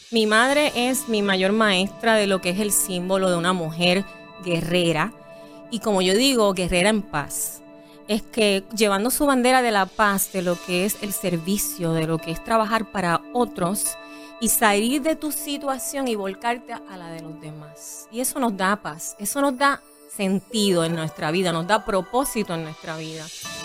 Mi madre es mi mayor maestra de lo que es el símbolo de una mujer guerrera. Y como yo digo, guerrera en paz. Es que llevando su bandera de la paz, de lo que es el servicio, de lo que es trabajar para otros y salir de tu situación y volcarte a la de los demás. Y eso nos da paz, eso nos da sentido en nuestra vida, nos da propósito en nuestra vida.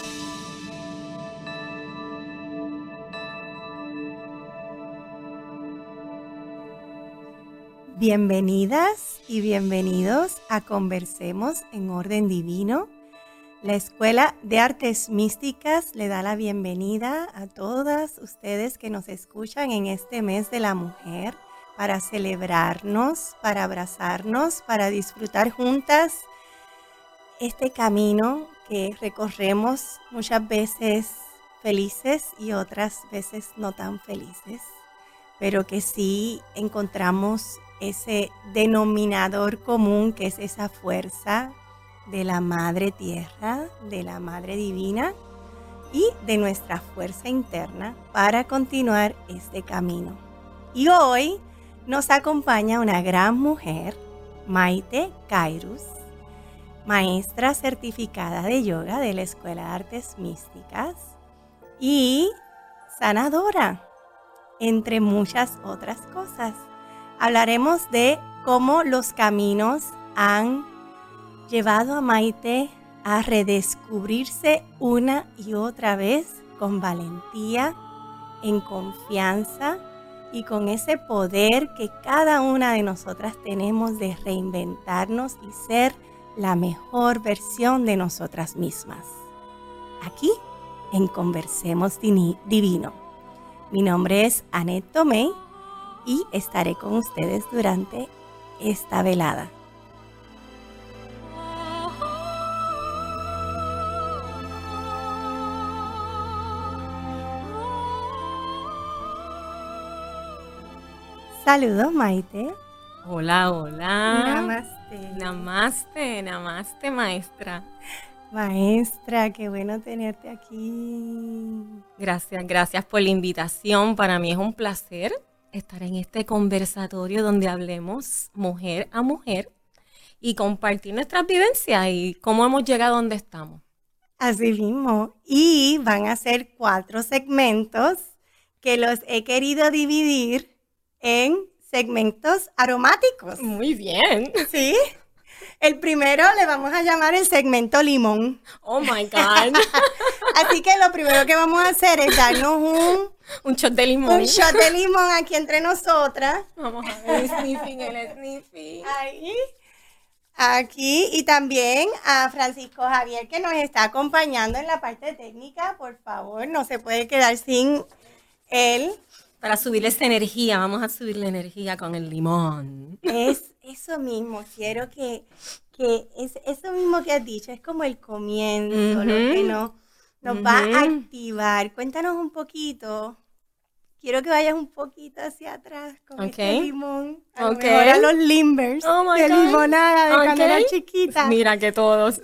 Bienvenidas y bienvenidos a Conversemos en Orden Divino. La Escuela de Artes Místicas le da la bienvenida a todas ustedes que nos escuchan en este mes de la mujer para celebrarnos, para abrazarnos, para disfrutar juntas este camino que recorremos muchas veces felices y otras veces no tan felices, pero que sí encontramos ese denominador común que es esa fuerza de la Madre Tierra, de la Madre Divina y de nuestra fuerza interna para continuar este camino. Y hoy nos acompaña una gran mujer, Maite Kairus, maestra certificada de yoga de la Escuela de Artes Místicas y sanadora, entre muchas otras cosas. Hablaremos de cómo los caminos han llevado a Maite a redescubrirse una y otra vez con valentía, en confianza y con ese poder que cada una de nosotras tenemos de reinventarnos y ser la mejor versión de nosotras mismas. Aquí en Conversemos Divino. Mi nombre es Annette Tomei y estaré con ustedes durante esta velada. Saludos, Maite. Hola, hola. Namaste. Namaste, namaste, maestra. Maestra, qué bueno tenerte aquí. Gracias por la invitación. Para mí es un placer estar en este conversatorio donde hablemos mujer a mujer y compartir nuestras vivencias y cómo hemos llegado a donde estamos. Así mismo. Y van a ser 4 segmentos que los he querido dividir en segmentos aromáticos. Muy bien. ¿Sí? El primero le vamos a llamar el segmento limón. Oh my God. Así que lo primero que vamos a hacer es darnos un shot de limón. Un shot de limón aquí entre nosotras. Vamos a ver el sniffing. Ahí. Aquí. Y también a Francisco Javier que nos está acompañando en la parte técnica. Por favor, no se puede quedar sin él. Para subirle esa energía, vamos a subir la energía con el limón. Es eso mismo, quiero que es eso mismo que has dicho, es como el comienzo, lo que nos va a activar. Cuéntanos un poquito, quiero que vayas un poquito hacia atrás con este limón. Ahora los limbers de limonada de cuando era chiquita. Mira que todos.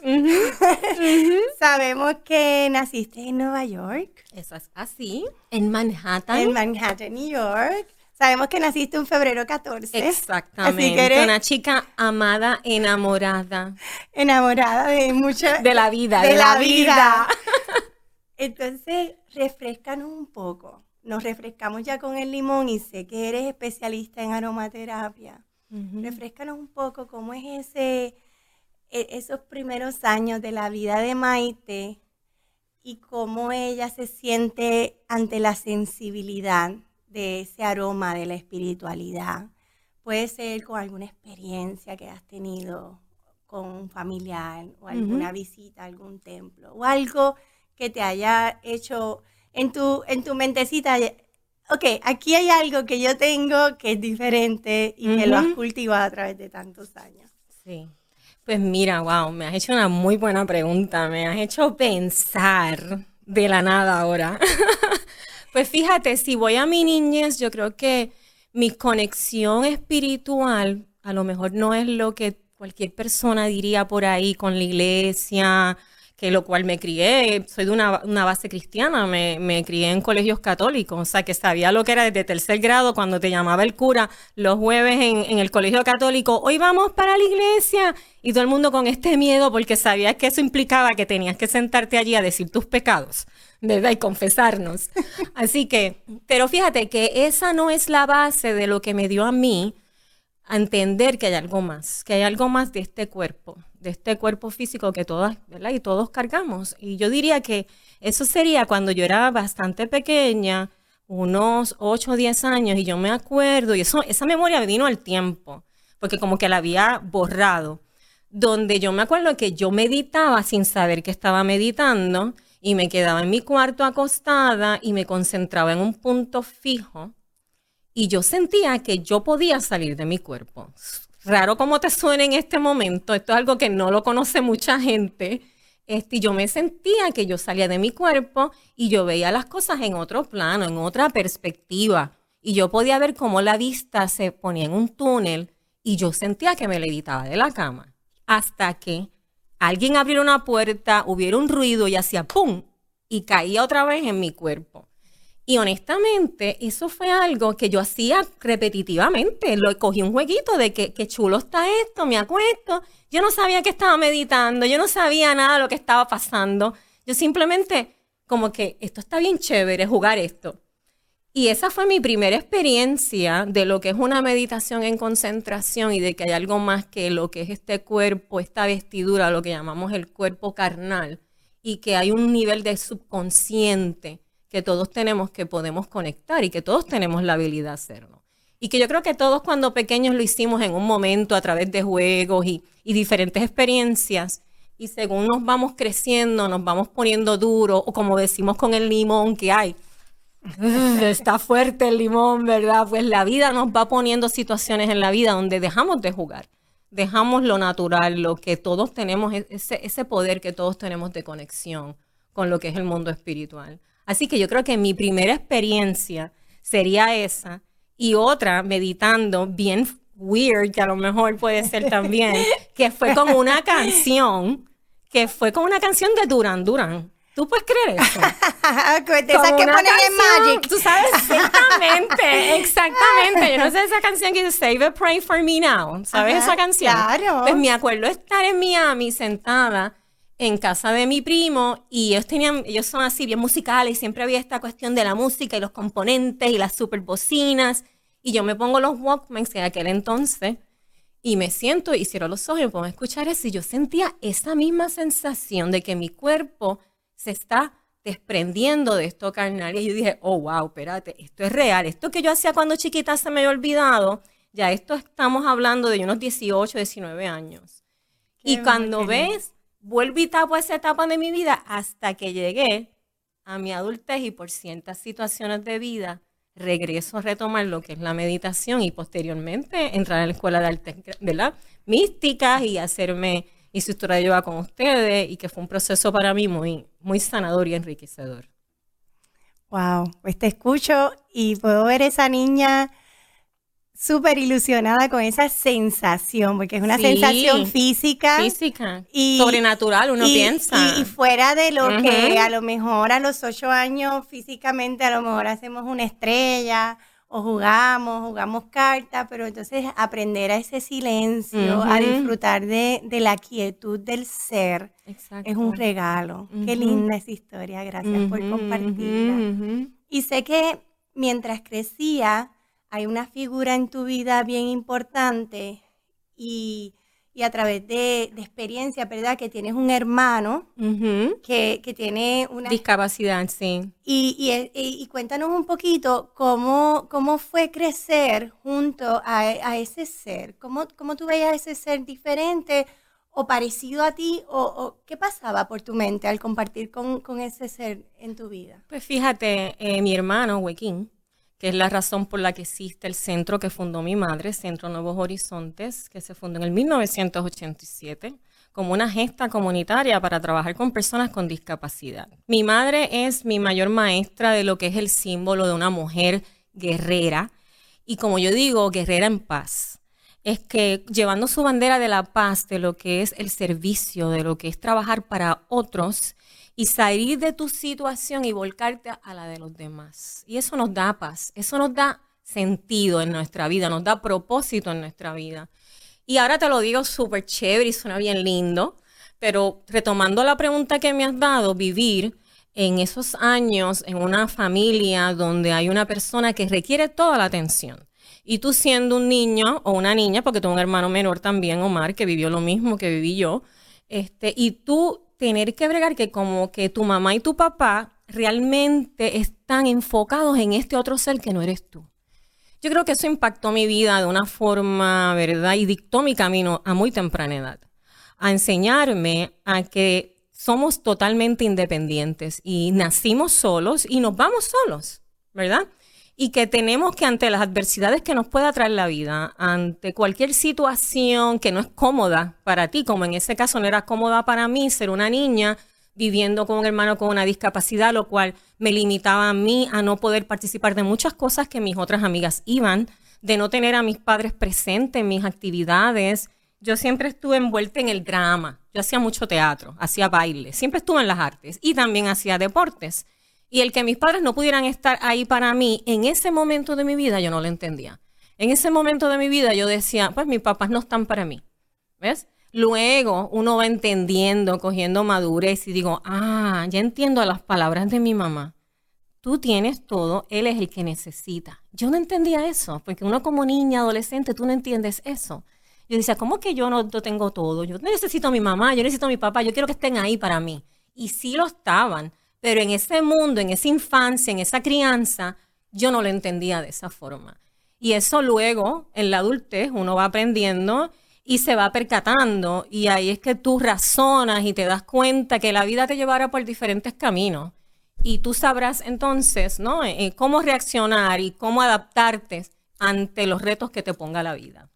Sabemos que naciste en Nueva York. Eso es así, en Manhattan. En Manhattan, New York. Sabemos que naciste un febrero 14. Exactamente. Así que eres una chica amada, enamorada. Enamorada de mucha... De la vida, de la vida. Entonces, refréscanos un poco. Nos refrescamos ya con el limón y sé que eres especialista en aromaterapia. Refréscanos un poco cómo es esos primeros años de la vida de Maite y cómo ella se siente ante la sensibilidad de ese aroma de la espiritualidad. Puede ser con alguna experiencia que has tenido con un familiar o alguna visita a algún templo o algo que te haya hecho en tu mentecita. Ok, aquí hay algo que yo tengo que es diferente y que lo has cultivado a través de tantos años. Sí. Pues mira, wow, me has hecho una muy buena pregunta, me has hecho pensar de la nada ahora. Pues fíjate, si voy a mi niñez, yo creo que mi conexión espiritual a lo mejor no es lo que cualquier persona diría por ahí con la iglesia, que lo cual me crié, soy de una base cristiana, me crié en colegios católicos, o sea, que sabía lo que era desde tercer grado, cuando te llamaba el cura los jueves en el colegio católico, hoy vamos para la iglesia, y todo el mundo con este miedo, porque sabías que eso implicaba que tenías que sentarte allí a decir tus pecados, ¿verdad? Y confesarnos. Así que, pero fíjate que esa no es la base de lo que me dio a mí a entender que hay algo más de este cuerpo físico que todas, ¿verdad? Y todos cargamos. Y yo diría que eso sería cuando yo era bastante pequeña, unos 8 o 10 años, y yo me acuerdo, y esa memoria me vino al tiempo, porque como que la había borrado, donde yo me acuerdo que yo meditaba sin saber que estaba meditando, y me quedaba en mi cuarto acostada y me concentraba en un punto fijo, y yo sentía que yo podía salir de mi cuerpo. Raro como te suena en este momento, esto es algo que no lo conoce mucha gente. Y yo me sentía que yo salía de mi cuerpo y yo veía las cosas en otro plano, en otra perspectiva. Y yo podía ver cómo la vista se ponía en un túnel y yo sentía que me levitaba de la cama. Hasta que alguien abriera una puerta, hubiera un ruido y hacía ¡pum! Y caía otra vez en mi cuerpo. Y honestamente, eso fue algo que yo hacía repetitivamente. Lo cogí un jueguito de que chulo está esto, me acuesto. Yo no sabía que estaba meditando, yo no sabía nada de lo que estaba pasando. Yo simplemente, como que esto está bien chévere, jugar esto. Y esa fue mi primera experiencia de lo que es una meditación en concentración y de que hay algo más que lo que es este cuerpo, esta vestidura, lo que llamamos el cuerpo carnal. Y que hay un nivel de subconsciente que todos tenemos, que podemos conectar y que todos tenemos la habilidad de hacerlo. Y que yo creo que todos cuando pequeños lo hicimos en un momento a través de juegos y diferentes experiencias. Y según nos vamos creciendo, nos vamos poniendo duros, o como decimos con el limón, que hay, está fuerte el limón, ¿verdad? Pues la vida nos va poniendo situaciones en la vida donde dejamos de jugar. Dejamos lo natural, lo que todos tenemos, ese poder que todos tenemos de conexión con lo que es el mundo espiritual. Así que yo creo que mi primera experiencia sería esa, y otra meditando bien weird, que a lo mejor puede ser también, que fue con una canción de Duran Duran. ¿Tú puedes creer eso? De esas que ponen en Magic. Tú sabes, exactamente. Yo no sé esa canción que dice Save a Pray for Me Now. ¿Sabes esa canción? Claro. Pues me acuerdo estar en Miami sentada en casa de mi primo y ellos son así bien musicales y siempre había esta cuestión de la música y los componentes y las super bocinas y yo me pongo los Walkmans en aquel entonces y me siento y cierro los ojos y me pongo a escuchar eso y yo sentía esa misma sensación de que mi cuerpo se está desprendiendo de esto carnal y yo dije, oh wow, espérate, esto es real, esto que yo hacía cuando chiquita se me había olvidado, ya esto estamos hablando de unos 18, 19 años. Y cuando ves, vuelvo y tapo esa etapa de mi vida hasta que llegué a mi adultez y por ciertas situaciones de vida regreso a retomar lo que es la meditación y posteriormente entrar en la escuela de artes, ¿verdad? Místicas y hacerme instructora de yoga con ustedes y que fue un proceso para mí muy, muy sanador y enriquecedor. Wow, pues te escucho y puedo ver esa niña súper ilusionada con esa sensación, porque es una sensación física. Y sobrenatural, uno piensa. Y fuera de lo que a lo mejor a los 8 años físicamente a lo mejor hacemos una estrella o jugamos cartas, pero entonces aprender a ese silencio, a disfrutar de la quietud del ser, es un regalo. Qué linda esa historia, gracias por compartirla. Y sé que mientras crecía, hay una figura en tu vida bien importante y a través de experiencia, ¿verdad? Que tienes un hermano que tiene una discapacidad, sí. Y cuéntanos un poquito cómo fue crecer junto a ese ser. ¿Cómo tú veías ese ser diferente o parecido a ti? ¿O qué pasaba por tu mente al compartir con ese ser en tu vida? Pues fíjate, mi hermano, Joaquín, que es la razón por la que existe el centro que fundó mi madre, Centro Nuevos Horizontes, que se fundó en el 1987, como una gesta comunitaria para trabajar con personas con discapacidad. Mi madre es mi mayor maestra de lo que es el símbolo de una mujer guerrera, y como yo digo, guerrera en paz. es que llevando su bandera de la paz, de lo que es el servicio, de lo que es trabajar para otros y salir de tu situación y volcarte a la de los demás. Y eso nos da paz, eso nos da sentido en nuestra vida, nos da propósito en nuestra vida. Y ahora te lo digo súper chévere y suena bien lindo, pero retomando la pregunta que me has dado, vivir en esos años en una familia donde hay una persona que requiere toda la atención. Y tú siendo un niño o una niña, porque tengo un hermano menor también, Omar, que vivió lo mismo que viví yo, y tú tener que bregar que como que tu mamá y tu papá realmente están enfocados en este otro ser que no eres tú. Yo creo que eso impactó mi vida de una forma, ¿verdad? Y dictó mi camino a muy temprana edad, a enseñarme a que somos totalmente independientes y nacimos solos y nos vamos solos, ¿verdad? Y que tenemos que ante las adversidades que nos pueda traer la vida, ante cualquier situación que no es cómoda para ti, como en ese caso no era cómoda para mí ser una niña viviendo con un hermano con una discapacidad, lo cual me limitaba a mí a no poder participar de muchas cosas que mis otras amigas iban, de no tener a mis padres presentes en mis actividades. Yo siempre estuve envuelta en el drama, yo hacía mucho teatro, hacía baile, siempre estuve en las artes y también hacía deportes. Y el que mis padres no pudieran estar ahí para mí, en ese momento de mi vida yo no lo entendía. En ese momento de mi vida yo decía, pues mis papás no están para mí, ¿ves? Luego uno va entendiendo, cogiendo madurez y digo, ya entiendo las palabras de mi mamá. Tú tienes todo, él es el que necesita. Yo no entendía eso, porque uno como niña, adolescente, tú no entiendes eso. Yo decía, ¿cómo que yo no tengo todo? Yo necesito a mi mamá, yo necesito a mi papá, yo quiero que estén ahí para mí. Y sí lo estaban. Pero en ese mundo, en esa infancia, en esa crianza, yo no lo entendía de esa forma. Y eso luego, en la adultez, uno va aprendiendo y se va percatando. Y ahí es que tú razonas y te das cuenta que la vida te llevará por diferentes caminos. Y tú sabrás entonces, ¿no? Cómo reaccionar y cómo adaptarte ante los retos que te ponga la vida.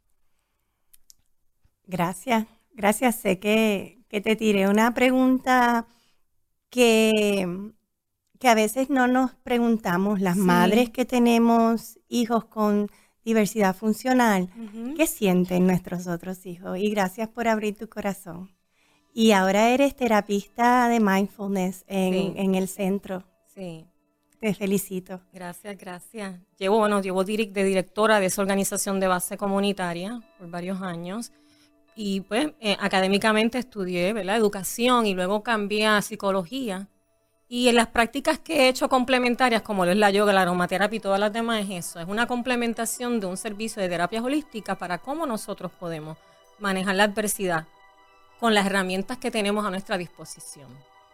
Gracias. Sé que te tiré una pregunta que a veces no nos preguntamos, las madres que tenemos hijos con diversidad funcional, ¿qué sienten nuestros otros hijos? Y gracias por abrir tu corazón. Y ahora eres terapista de mindfulness en el centro. Sí. Te felicito. Gracias. Llevo de directora de esa organización de base comunitaria por varios años. Y pues académicamente estudié, ¿verdad?, educación y luego cambié a psicología. Y en las prácticas que he hecho complementarias, como lo es la yoga, la aromaterapia y todas las demás, es eso. Es una complementación de un servicio de terapias holísticas para cómo nosotros podemos manejar la adversidad con las herramientas que tenemos a nuestra disposición.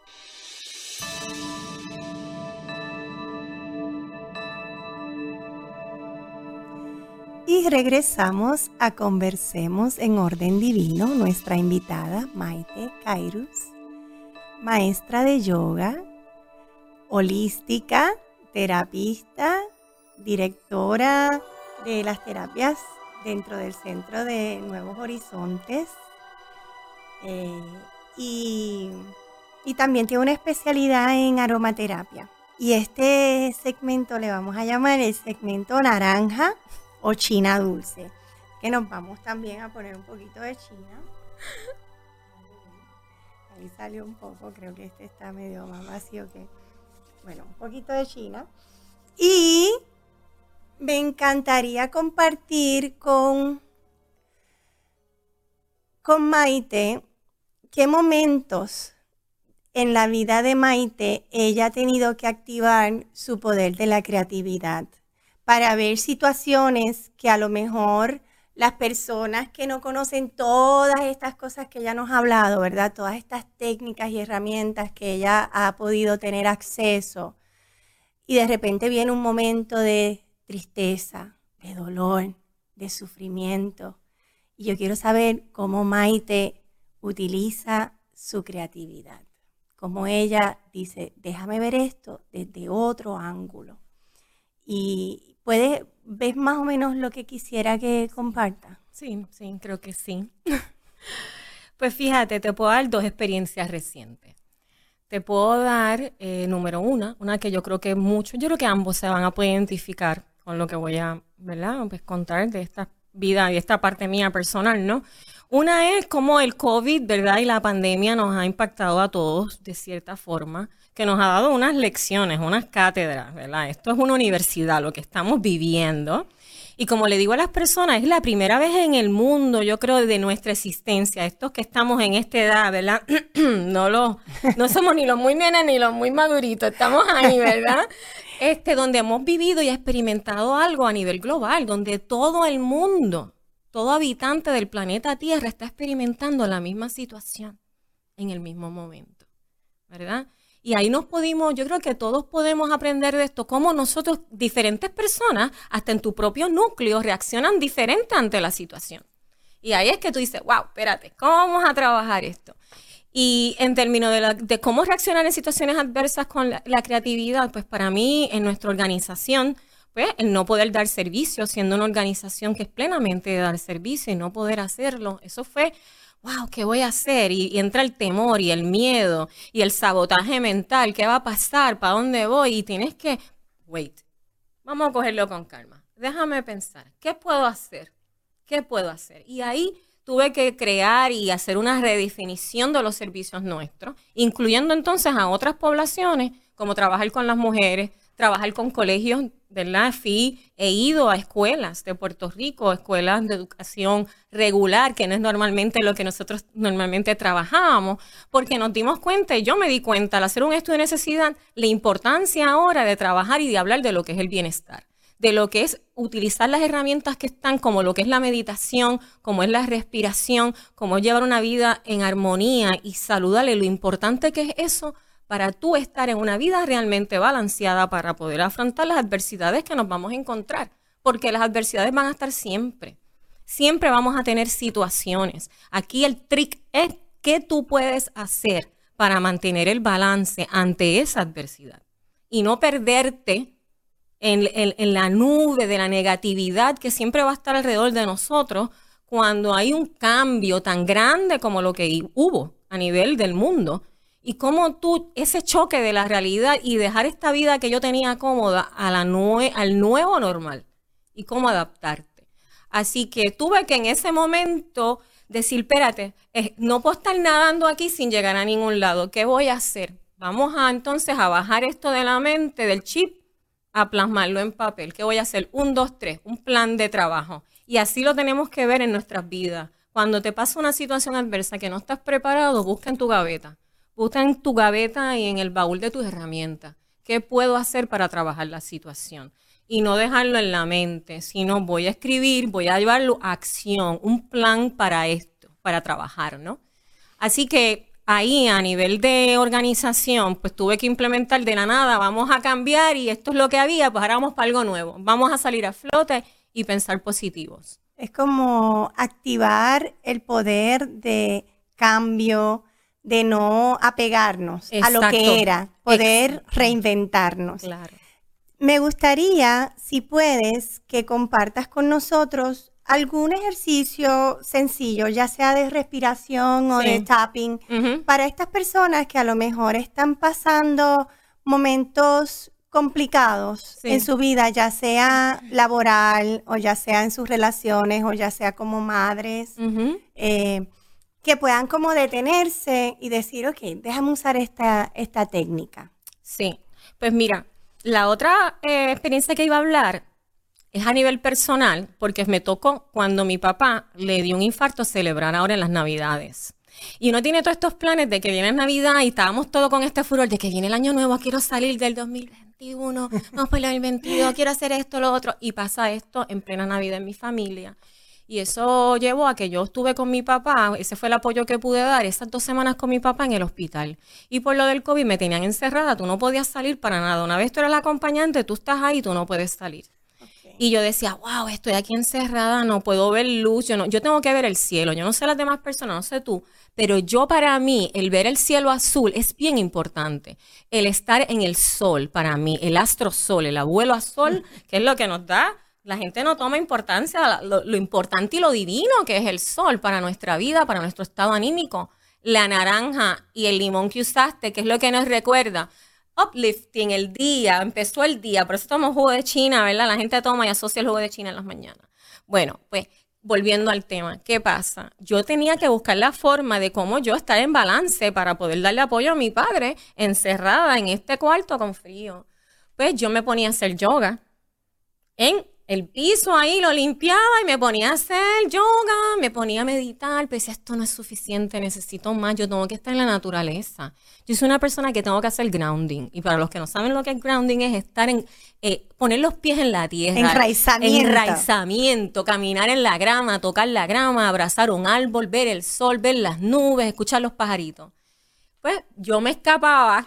Y regresamos a Conversemos en Orden Divino, nuestra invitada Maite Kairus, maestra de yoga, holística, terapista, directora de las terapias dentro del Centro de Nuevos Horizontes y también tiene una especialidad en aromaterapia. Y este segmento le vamos a llamar el segmento naranja o China dulce, que nos vamos también a poner un poquito de China. Ahí salió un poco, creo que este está medio más vacío que... Bueno, un poquito de China. Y me encantaría compartir con Maite qué momentos en la vida de Maite ella ha tenido que activar su poder de la creatividad para ver situaciones que a lo mejor las personas que no conocen todas estas cosas que ella nos ha hablado, ¿verdad? Todas estas técnicas y herramientas que ella ha podido tener acceso. Y de repente viene un momento de tristeza, de dolor, de sufrimiento. Y yo quiero saber cómo Maite utiliza su creatividad. Cómo ella dice, déjame ver esto desde otro ángulo. Y ¿ves más o menos lo que quisiera que comparta? Sí, creo que sí. Pues fíjate, te puedo dar dos experiencias recientes. Te puedo dar, número una que yo creo que ambos se van a poder identificar con lo que voy a, ¿verdad?, pues contar de estas vida y esta parte mía personal, ¿no? Una es como el COVID, ¿verdad? Y la pandemia nos ha impactado a todos de cierta forma, que nos ha dado unas lecciones, unas cátedras, ¿verdad? Esto es una universidad, lo que estamos viviendo. Y como le digo a las personas, es la primera vez en el mundo, yo creo, de nuestra existencia, estos que estamos en esta edad, ¿verdad? No somos ni los muy nenes ni los muy maduritos, estamos ahí, ¿verdad? Donde hemos vivido y experimentado algo a nivel global, donde todo el mundo, todo habitante del planeta Tierra está experimentando la misma situación en el mismo momento, ¿verdad? Y ahí yo creo que todos podemos aprender de esto, cómo nosotros, diferentes personas, hasta en tu propio núcleo, reaccionan diferente ante la situación. Y ahí es que tú dices, wow, espérate, ¿cómo vamos a trabajar esto? Y en términos de cómo reaccionar en situaciones adversas con la creatividad, pues para mí, en nuestra organización, pues el no poder dar servicio, siendo una organización que es plenamente de dar servicio y no poder hacerlo, eso fue... wow, ¿qué voy a hacer? Y entra el temor y el miedo y el sabotaje mental. ¿Qué va a pasar? ¿Para dónde voy? Y tienes que, wait, vamos a cogerlo con calma. Déjame pensar, ¿qué puedo hacer? ¿Qué puedo hacer? Y ahí tuve que crear y hacer una redefinición de los servicios nuestros, incluyendo entonces a otras poblaciones, como trabajar con las mujeres, trabajar con colegios, ¿verdad? He ido a escuelas de Puerto Rico, escuelas de educación regular, que no es normalmente lo que nosotros normalmente trabajábamos, porque nos dimos cuenta, y yo me di cuenta al hacer un estudio de necesidad, la importancia ahora de trabajar y de hablar de lo que es el bienestar, de lo que es utilizar las herramientas que están, como lo que es la meditación, como es la respiración, como es llevar una vida en armonía y saludable, lo importante que es eso para tú estar en una vida realmente balanceada para poder afrontar las adversidades que nos vamos a encontrar, porque las adversidades van a estar siempre. Siempre vamos a tener situaciones. Aquí el trick es qué tú puedes hacer para mantener el balance ante esa adversidad y no perderte en la nube de la negatividad que siempre va a estar alrededor de nosotros cuando hay un cambio tan grande como lo que hubo a nivel del mundo. Y cómo tú, ese choque de la realidad y dejar esta vida que yo tenía cómoda al nuevo normal y cómo adaptarte. Así que tuve que en ese momento decir, espérate, no puedo estar nadando aquí sin llegar a ningún lado. ¿Qué voy a hacer? Vamos entonces a bajar esto de la mente, del chip, a plasmarlo en papel. ¿Qué voy a hacer? 1, 2, 3, un plan de trabajo. Y así lo tenemos que ver en nuestras vidas. Cuando te pasa una situación adversa que no estás preparado, busca en tu gaveta. Busca en tu gaveta y en el baúl de tus herramientas. ¿Qué puedo hacer para trabajar la situación? Y no dejarlo en la mente, sino voy a escribir, voy a llevarlo a acción, un plan para esto, para trabajar, ¿no? Así que ahí a nivel de organización, pues tuve que implementar de la nada, vamos a cambiar y esto es lo que había, pues ahora vamos para algo nuevo. Vamos a salir a flote y pensar positivos. Es como activar el poder de cambio, de no apegarnos a lo que era, poder reinventarnos. Claro. Me gustaría, si puedes, que compartas con nosotros algún ejercicio sencillo, ya sea de respiración o de tapping, para estas personas que a lo mejor están pasando momentos complicados en su vida, ya sea laboral o ya sea en sus relaciones o ya sea como madres, que puedan como detenerse y decir, ok, déjame usar esta técnica. Sí, pues mira, la otra experiencia que iba a hablar es a nivel personal, porque me tocó cuando mi papá le dio un infarto celebrar ahora en las Navidades. Y uno tiene todos estos planes de que viene Navidad y estábamos todos con este furor de que viene el año nuevo, quiero salir del 2021, vamos por el 2022, quiero hacer esto, lo otro. Y pasa esto en plena Navidad en mi familia. Y eso llevó a que yo estuve con mi papá, ese fue el apoyo que pude dar, esas 2 semanas con mi papá en el hospital. Y por lo del COVID me tenían encerrada, tú no podías salir para nada. Una vez tú eres la acompañante, tú estás ahí, tú no puedes salir. Okay. Y yo decía, wow, estoy aquí encerrada, no puedo ver luz, yo tengo que ver el cielo. Yo no sé las demás personas, no sé tú, pero para mí, el ver el cielo azul es bien importante. El estar en el sol, para mí, el astro sol, el abuelo a sol, que es lo que nos da. La gente no toma importancia, lo importante y lo divino que es el sol para nuestra vida, para nuestro estado anímico. La naranja y el limón que usaste, que es lo que nos recuerda. Uplifting, el día, empezó el día, por eso tomamos jugo de China, ¿verdad? La gente toma y asocia el jugo de China en las mañanas. Bueno, pues volviendo al tema, ¿qué pasa? Yo tenía que buscar la forma de cómo yo estar en balance para poder darle apoyo a mi padre encerrada en este cuarto con frío. Pues yo me ponía a hacer yoga en el piso ahí, lo limpiaba y me ponía a hacer yoga, me ponía a meditar, pero decía, esto no es suficiente, necesito más, yo tengo que estar en la naturaleza. Yo soy una persona que tengo que hacer grounding, y para los que no saben lo que es grounding, es estar poner los pies en la tierra. Enraizamiento, caminar en la grama, tocar la grama, abrazar un árbol, ver el sol, ver las nubes, escuchar los pajaritos. Pues yo me escapaba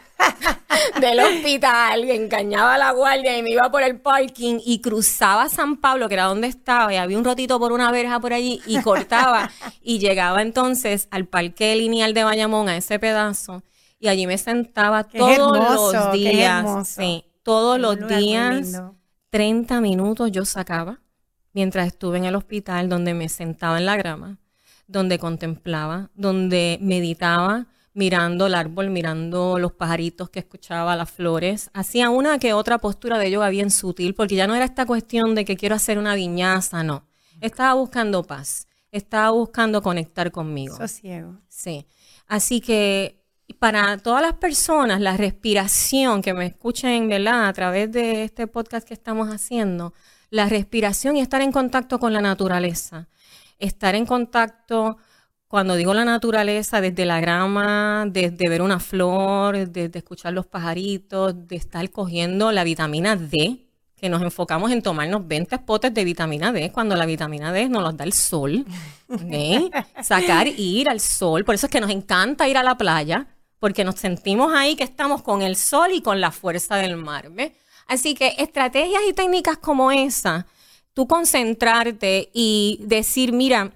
del hospital, engañaba a la guardia y me iba por el parking y cruzaba San Pablo, que era donde estaba, y había un rotito por una verja por allí, y cortaba y llegaba entonces al parque lineal de Bayamón, a ese pedazo, y allí me sentaba todos los días. Sí, todos los días, 30 minutos yo sacaba, mientras estuve en el hospital, donde me sentaba en la grama, donde contemplaba, donde meditaba, mirando el árbol, mirando los pajaritos que escuchaba, las flores. Hacía una que otra postura de yoga bien sutil, porque ya no era esta cuestión de que quiero hacer una viñaza, no. Estaba buscando paz, estaba buscando conectar conmigo. Sosiego. Sí. Así que para todas las personas, la respiración, que me escuchen, ¿verdad?, a través de este podcast que estamos haciendo, la respiración y estar en contacto con la naturaleza. Estar en contacto, cuando digo la naturaleza, desde la grama, desde ver una flor, desde escuchar los pajaritos, de estar cogiendo la vitamina D, que nos enfocamos en tomarnos 20 potes de vitamina D, cuando la vitamina D nos los da el sol. ¿Okay? Sacar y ir al sol. Por eso es que nos encanta ir a la playa, porque nos sentimos ahí que estamos con el sol y con la fuerza del mar. ¿Ves? Así que estrategias y técnicas como esa, tú concentrarte y decir, mira,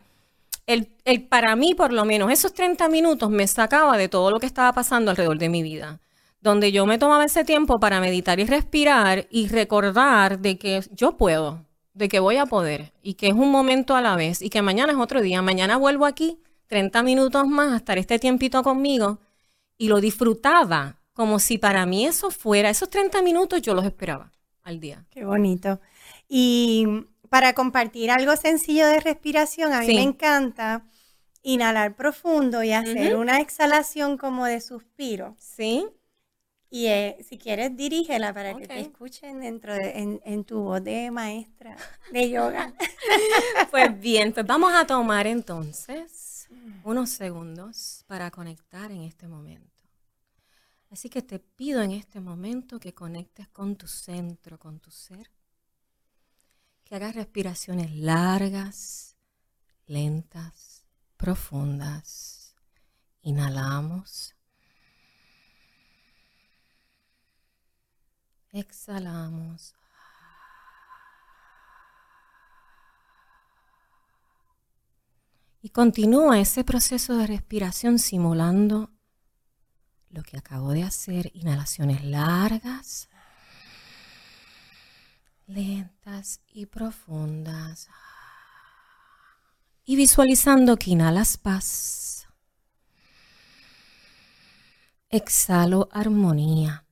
para mí, por lo menos, esos 30 minutos me sacaba de todo lo que estaba pasando alrededor de mi vida, donde yo me tomaba ese tiempo para meditar y respirar y recordar de que yo puedo, de que voy a poder y que es un momento a la vez y que mañana es otro día. Mañana vuelvo aquí, 30 minutos más, a estar este tiempito conmigo, y lo disfrutaba como si para mí eso fuera, esos 30 minutos yo los esperaba al día. Qué bonito. Y para compartir algo sencillo de respiración, a mí me encanta inhalar profundo y hacer una exhalación como de suspiro. Sí. Y si quieres, dirígela para que te escuchen dentro en tu voz de maestra de yoga. Pues bien, pues vamos a tomar entonces unos segundos para conectar en este momento. Así que te pido en este momento que conectes con tu centro, con tu ser. Que hagas respiraciones largas, lentas, profundas. Inhalamos. Exhalamos. Y continúa ese proceso de respiración simulando lo que acabo de hacer. Inhalaciones largas, lentas y profundas. Y visualizando que inhalas paz. Exhalo armonía.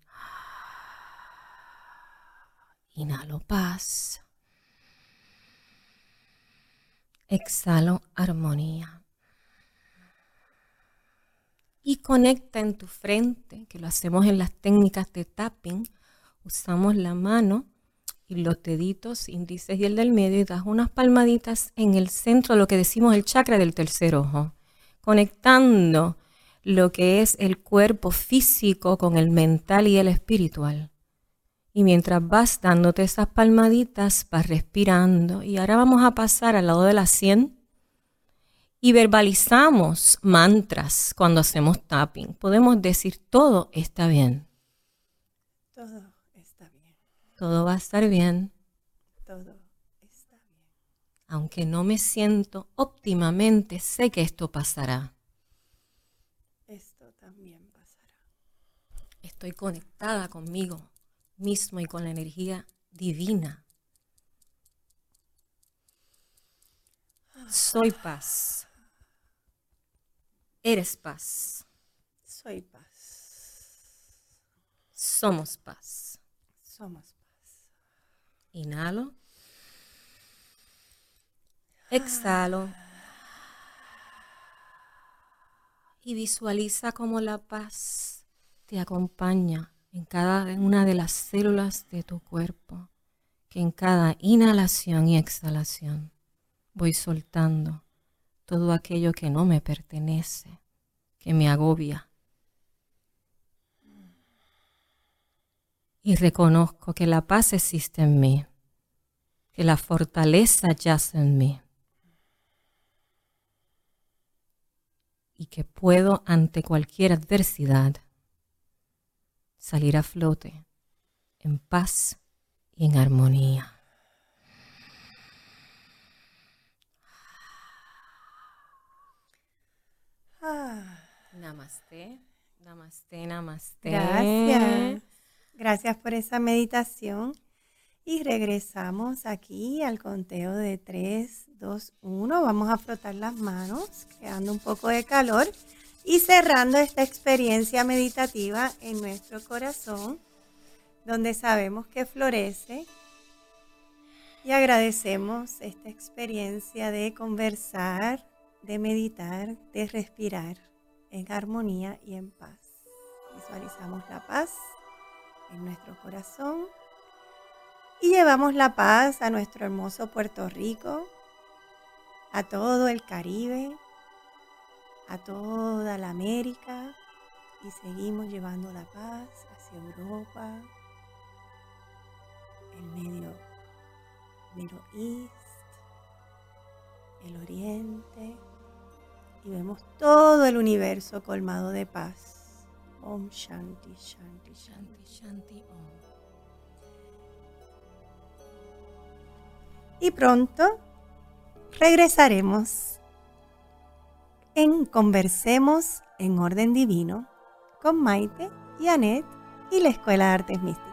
Inhalo paz. Exhalo armonía. Y conecta en tu frente, que lo hacemos en las técnicas de tapping. Usamos la mano y los deditos índices y el del medio y das unas palmaditas en el centro, lo que decimos el chakra del tercer ojo, conectando lo que es el cuerpo físico con el mental y el espiritual. Y mientras vas dándote esas palmaditas, vas respirando. Y ahora vamos a pasar al lado de la sien y verbalizamos mantras cuando hacemos tapping. Podemos decir, todo está bien. Todo está bien. Todo va a estar bien. Todo está bien. Aunque no me siento óptimamente, sé que esto pasará. Esto también pasará. Estoy conectada conmigo mismo y con la energía divina. Soy paz. Eres paz. Soy paz. Somos paz. Somos paz. Inhalo. Exhalo. Y visualiza cómo la paz te acompaña en cada una de las células de tu cuerpo, que en cada inhalación y exhalación voy soltando todo aquello que no me pertenece, que me agobia. Y reconozco que la paz existe en mí, que la fortaleza yace en mí y que puedo ante cualquier adversidad salir a flote en paz y en armonía. Namaste, namaste, namaste. Gracias. Gracias por esa meditación. Y regresamos aquí al conteo de 3, 2, 1. Vamos a frotar las manos, creando un poco de calor y cerrando esta experiencia meditativa en nuestro corazón, donde sabemos que florece. Y agradecemos esta experiencia de conversar, de meditar, de respirar en armonía y en paz. Visualizamos la paz en nuestro corazón y llevamos la paz a nuestro hermoso Puerto Rico, a todo el Caribe, a toda la América, y seguimos llevando la paz hacia Europa, el Middle East, el Oriente, y vemos todo el universo colmado de paz. Om Shanti, Shanti, Shanti, Shanti, Om. Y pronto regresaremos en Conversemos en Orden Divino con Maite y Annette y la Escuela de Artes Místicas.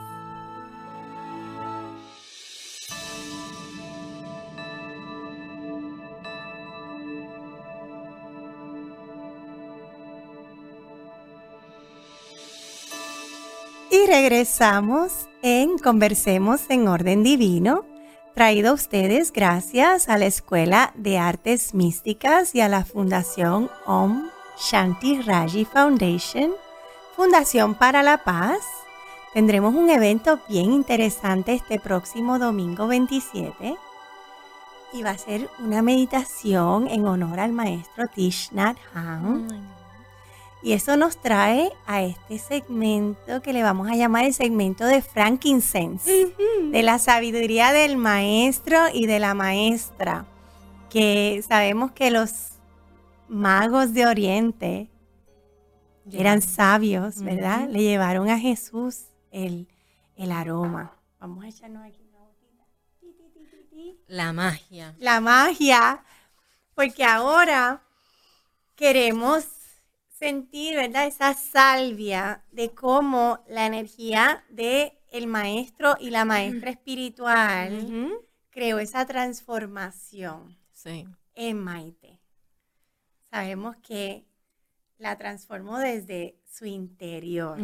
Y regresamos en Conversemos en Orden Divino, traído a ustedes gracias a la Escuela de Artes Místicas y a la Fundación Om Shanti Raji Foundation, Fundación para la Paz. Tendremos un evento bien interesante este próximo domingo 27 y va a ser una meditación en honor al maestro Thich Nhat Hanh. Y eso nos trae a este segmento que le vamos a llamar el segmento de Frankincense, de la sabiduría del maestro y de la maestra, que sabemos que los magos de Oriente eran sabios, ¿verdad? Le llevaron a Jesús el aroma. Vamos a echarnos aquí una botita. La magia. La magia, porque ahora queremos sentir, ¿verdad?, esa salvia de cómo la energía del maestro y la maestra espiritual creó esa transformación en Maite. Sabemos que la transformó desde su interior.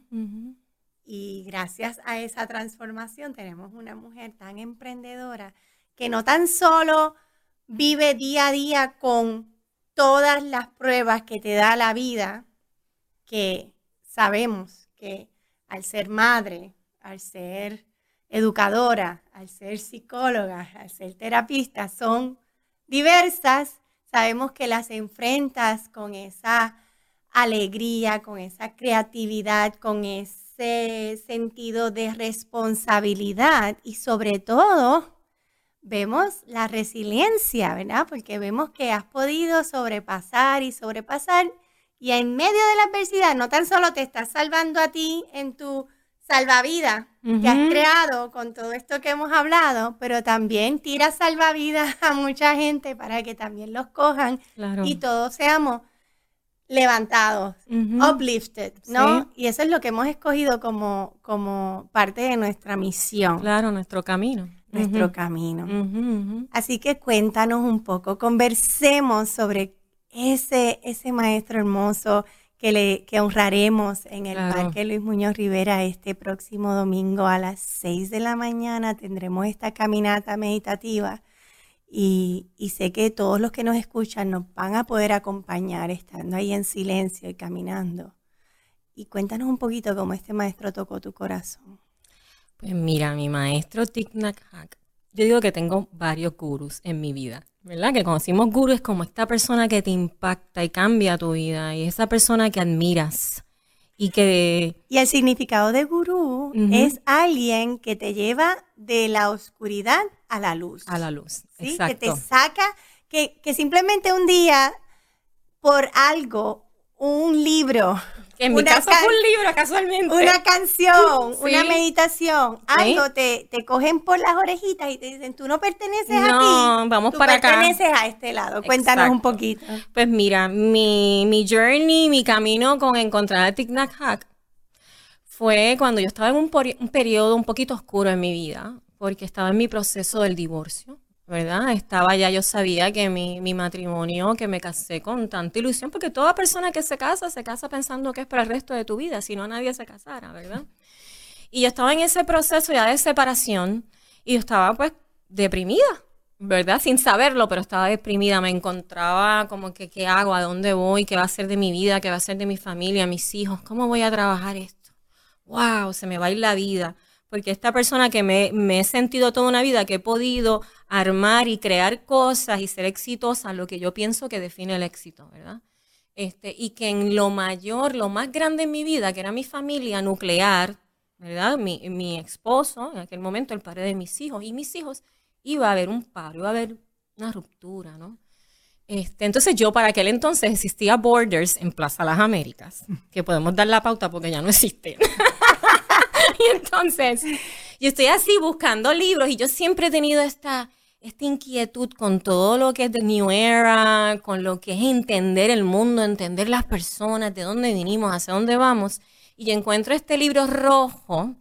Y gracias a esa transformación tenemos una mujer tan emprendedora que no tan solo vive día a día con todas las pruebas que te da la vida, que sabemos que al ser madre, al ser educadora, al ser psicóloga, al ser terapista, son diversas. Sabemos que las enfrentas con esa alegría, con esa creatividad, con ese sentido de responsabilidad y sobre todo vemos la resiliencia, ¿verdad? Porque vemos que has podido sobrepasar y en medio de la adversidad no tan solo te estás salvando a ti en tu salvavidas que has creado con todo esto que hemos hablado, pero también tiras salvavidas a mucha gente para que también los cojan y todos seamos levantados, uplifted, ¿no? Sí. Y eso es lo que hemos escogido como parte de nuestra misión. Claro, nuestro camino. Nuestro camino. Así que cuéntanos un poco, conversemos sobre ese maestro hermoso que honraremos en el Parque Luis Muñoz Rivera este próximo domingo a las 6 de la mañana. Tendremos esta caminata meditativa Y sé que todos los que nos escuchan nos van a poder acompañar estando ahí en silencio y caminando. Y cuéntanos un poquito cómo este maestro tocó tu corazón. Pues mira, mi maestro Thich Nhat Hanh, yo digo que tengo varios gurús en mi vida, ¿verdad? Que conocimos gurú es como esta persona que te impacta y cambia tu vida, y esa persona que admiras. Y el significado de gurú es alguien que te lleva de la oscuridad a la luz. A la luz, ¿sí? exacto. Que te saca, que simplemente un día, por algo, un libro. En mi caso fue un libro, casualmente. Una canción, sí. Una meditación, algo te cogen por las orejitas y te dicen, tú no perteneces aquí. No, vamos para acá. Tú perteneces a este lado. Cuéntanos un poquito. Pues mira, mi journey, mi camino con encontrar a Thich Nhat Hanh fue cuando yo estaba en un periodo un poquito oscuro en mi vida, porque estaba en mi proceso del divorcio, ¿verdad? Yo sabía que mi matrimonio, que me casé con tanta ilusión, porque toda persona que se casa pensando que es para el resto de tu vida, si no nadie se casara, ¿verdad? Y yo estaba en ese proceso ya de separación y yo estaba pues deprimida, ¿verdad? Sin saberlo, pero estaba deprimida, me encontraba como que ¿qué hago? ¿A dónde voy? ¿Qué va a ser de mi vida? ¿Qué va a ser de mi familia, mis hijos? ¿Cómo voy a trabajar esto? ¡Wow! Se me va a ir la vida. Porque esta persona que me he sentido toda una vida, que he podido armar y crear cosas y ser exitosa, lo que yo pienso que define el éxito, ¿verdad? Y que en lo mayor, lo más grande en mi vida, que era mi familia nuclear, ¿verdad? Mi esposo, en aquel momento el padre de mis hijos, y mis hijos, iba a haber un paro, iba a haber una ruptura, ¿no? Entonces yo para aquel entonces existía Borders en Plaza Las Américas, que podemos dar la pauta porque ya no existe. Y entonces yo estoy así buscando libros y yo siempre he tenido esta inquietud con todo lo que es de New Era, con lo que es entender el mundo, entender las personas, de dónde vinimos, hacia dónde vamos. Y yo encuentro este libro rojo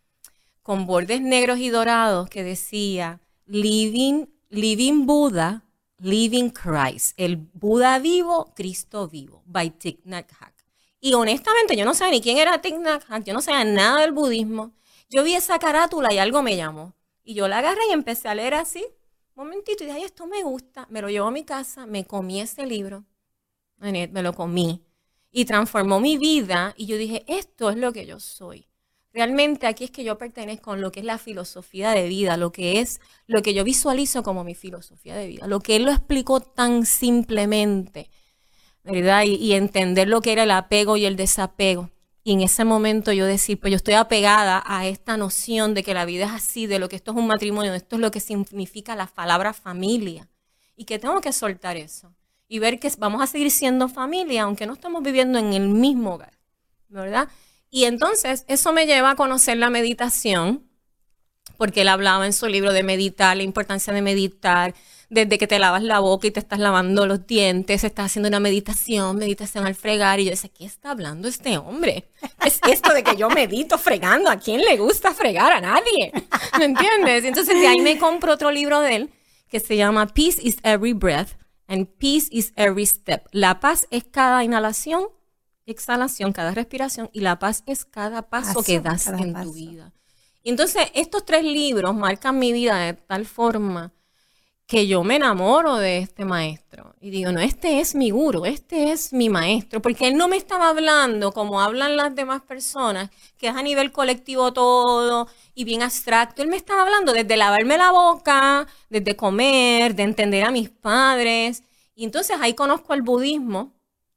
con bordes negros y dorados que decía Living Buddha, Living Christ, el Buda vivo, Cristo vivo, by Thich Nhat Hanh. Y honestamente yo no sabía ni quién era Thich Nhat Hanh, yo no sabía nada del budismo. Yo vi esa carátula y algo me llamó. Y yo la agarré y empecé a leer así, un momentito, y dije, ay, esto me gusta. Me lo llevo a mi casa, me comí ese libro, me lo comí. Y transformó mi vida y yo dije, esto es lo que yo soy. Realmente aquí es que yo pertenezco a lo que es la filosofía de vida, lo que es lo que yo visualizo como mi filosofía de vida, lo que él lo explicó tan simplemente, ¿verdad? Y entender lo que era el apego y el desapego. Y en ese momento yo decir, pues yo estoy apegada a esta noción de que la vida es así, de lo que esto es un matrimonio, de esto es lo que significa la palabra familia. Y que tengo que soltar eso. Y ver que vamos a seguir siendo familia, aunque no estamos viviendo en el mismo hogar, ¿verdad? Y entonces eso me lleva a conocer la meditación, porque él hablaba en su libro de meditar, la importancia de meditar, desde que te lavas la boca y te estás lavando los dientes, estás haciendo una meditación al fregar, y yo decía, ¿qué está hablando este hombre? Es esto de que yo medito fregando, ¿a quién le gusta fregar? A nadie, ¿me entiendes? Entonces de ahí me compro otro libro de él, que se llama Peace is Every Breath and Peace is Every Step. La paz es cada inhalación, exhalación, cada respiración, y la paz es cada paso que das en tu vida. Y entonces estos 3 libros marcan mi vida de tal forma que yo me enamoro de este maestro. Y digo, no, este es mi gurú, este es mi maestro, porque él no me estaba hablando como hablan las demás personas, que es a nivel colectivo todo y bien abstracto. Él me estaba hablando desde lavarme la boca, desde comer, de entender a mis padres. Y entonces ahí conozco el budismo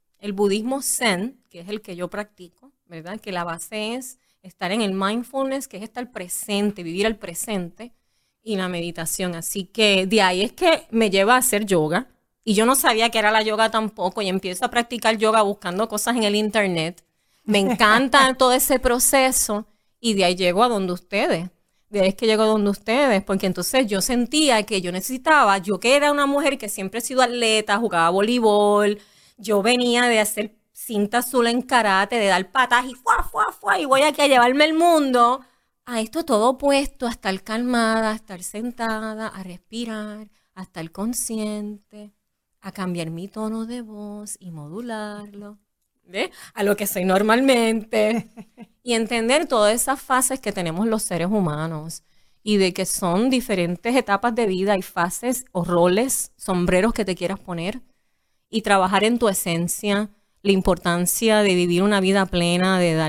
zen, que es el que yo practico, ¿verdad? Que la base es estar en el mindfulness, que es estar presente, vivir el presente, y la meditación. Así que de ahí es que me lleva a hacer yoga. Y yo no sabía que era la yoga tampoco, y empiezo a practicar yoga buscando cosas en el internet. Me encanta todo ese proceso, y de ahí llego a donde ustedes. De ahí es que llego a donde ustedes, porque entonces yo sentía que yo necesitaba, yo que era una mujer que siempre he sido atleta, jugaba voleibol, yo venía de hacer cinta azul en karate, de dar patas y y voy aquí a llevarme el mundo. A esto todo opuesto, a estar calmada, a estar sentada, a respirar, a estar consciente, a cambiar mi tono de voz y modularlo, ¿ves? A lo que soy normalmente. Y entender todas esas fases que tenemos los seres humanos. y de que son diferentes etapas de vida y fases o roles, sombreros que te quieras poner y trabajar en tu esencia, la importancia de vivir una vida plena, de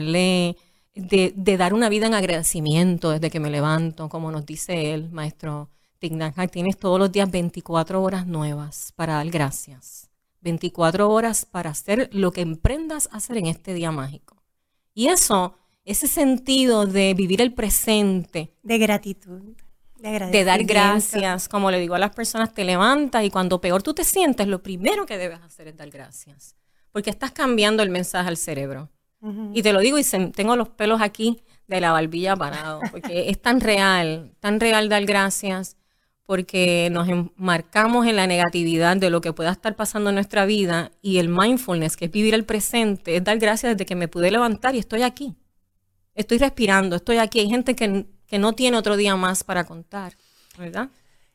dar una vida en agradecimiento desde que me levanto, como nos dice él, maestro Thich Nhat Hanh. Tienes todos los días 24 horas nuevas para dar gracias, 24 horas para hacer lo que emprendas a hacer en este día mágico. Y eso, ese sentido de vivir el presente, de gratitud, de dar gracias, como le digo a las personas, te levantas y cuando peor tú te sientes, lo primero que debes hacer es dar gracias, porque estás cambiando el mensaje al cerebro. Uh-huh. Y te lo digo y tengo los pelos aquí de la barbilla parado, porque es tan real dar gracias, porque nos enmarcamos en la negatividad de lo que pueda estar pasando en nuestra vida, y el mindfulness, que es vivir el presente, es dar gracias desde que me pude levantar y estoy aquí. Estoy respirando, estoy aquí. Hay gente que no tiene otro día más para contar, ¿verdad?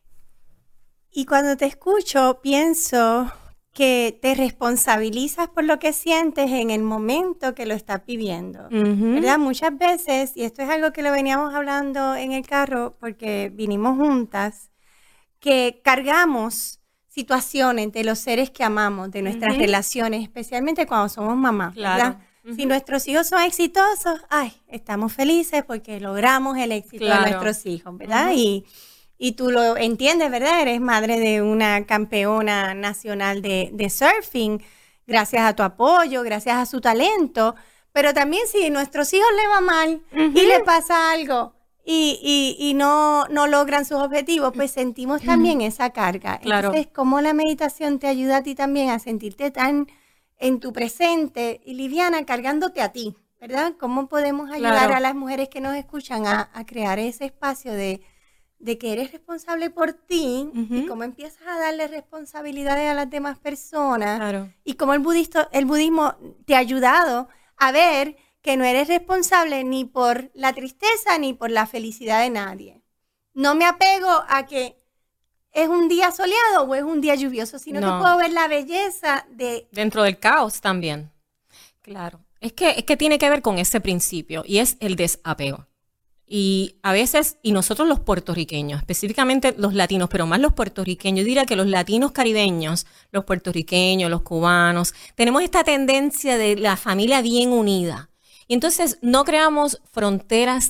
Y cuando te escucho, pienso que te responsabilizas por lo que sientes en el momento que lo estás viviendo, uh-huh. ¿verdad? Muchas veces, y esto es algo que lo veníamos hablando en el carro porque vinimos juntas, que cargamos situaciones de los seres que amamos, de nuestras uh-huh. relaciones, especialmente cuando somos mamás, claro. ¿verdad? Uh-huh. Si nuestros hijos son exitosos, estamos felices porque logramos el éxito claro. de nuestros hijos, ¿verdad? Uh-huh. Y tú lo entiendes, ¿verdad? Eres madre de una campeona nacional de surfing, gracias a tu apoyo, gracias a su talento, pero también si a nuestros hijos le va mal uh-huh. y le pasa algo, y no logran sus objetivos, pues sentimos también esa carga. Claro. Entonces, ¿cómo la meditación te ayuda a ti también a sentirte tan en tu presente y liviana, cargándote a ti, ¿verdad? ¿Cómo podemos ayudar claro. a las mujeres que nos escuchan a crear ese espacio de que eres responsable por ti uh-huh. y cómo empiezas a darle responsabilidades a las demás personas claro. y cómo el budismo te ha ayudado a ver que no eres responsable ni por la tristeza ni por la felicidad de nadie. No me apego a que es un día soleado o es un día lluvioso, sino que puedo ver la belleza dentro del caos también. Claro. Es que tiene que ver con ese principio y es el desapego. Y a veces, y nosotros los puertorriqueños, específicamente los latinos, pero más los puertorriqueños, yo diría que los latinos caribeños, los puertorriqueños, los cubanos, tenemos esta tendencia de la familia bien unida. Y entonces no creamos fronteras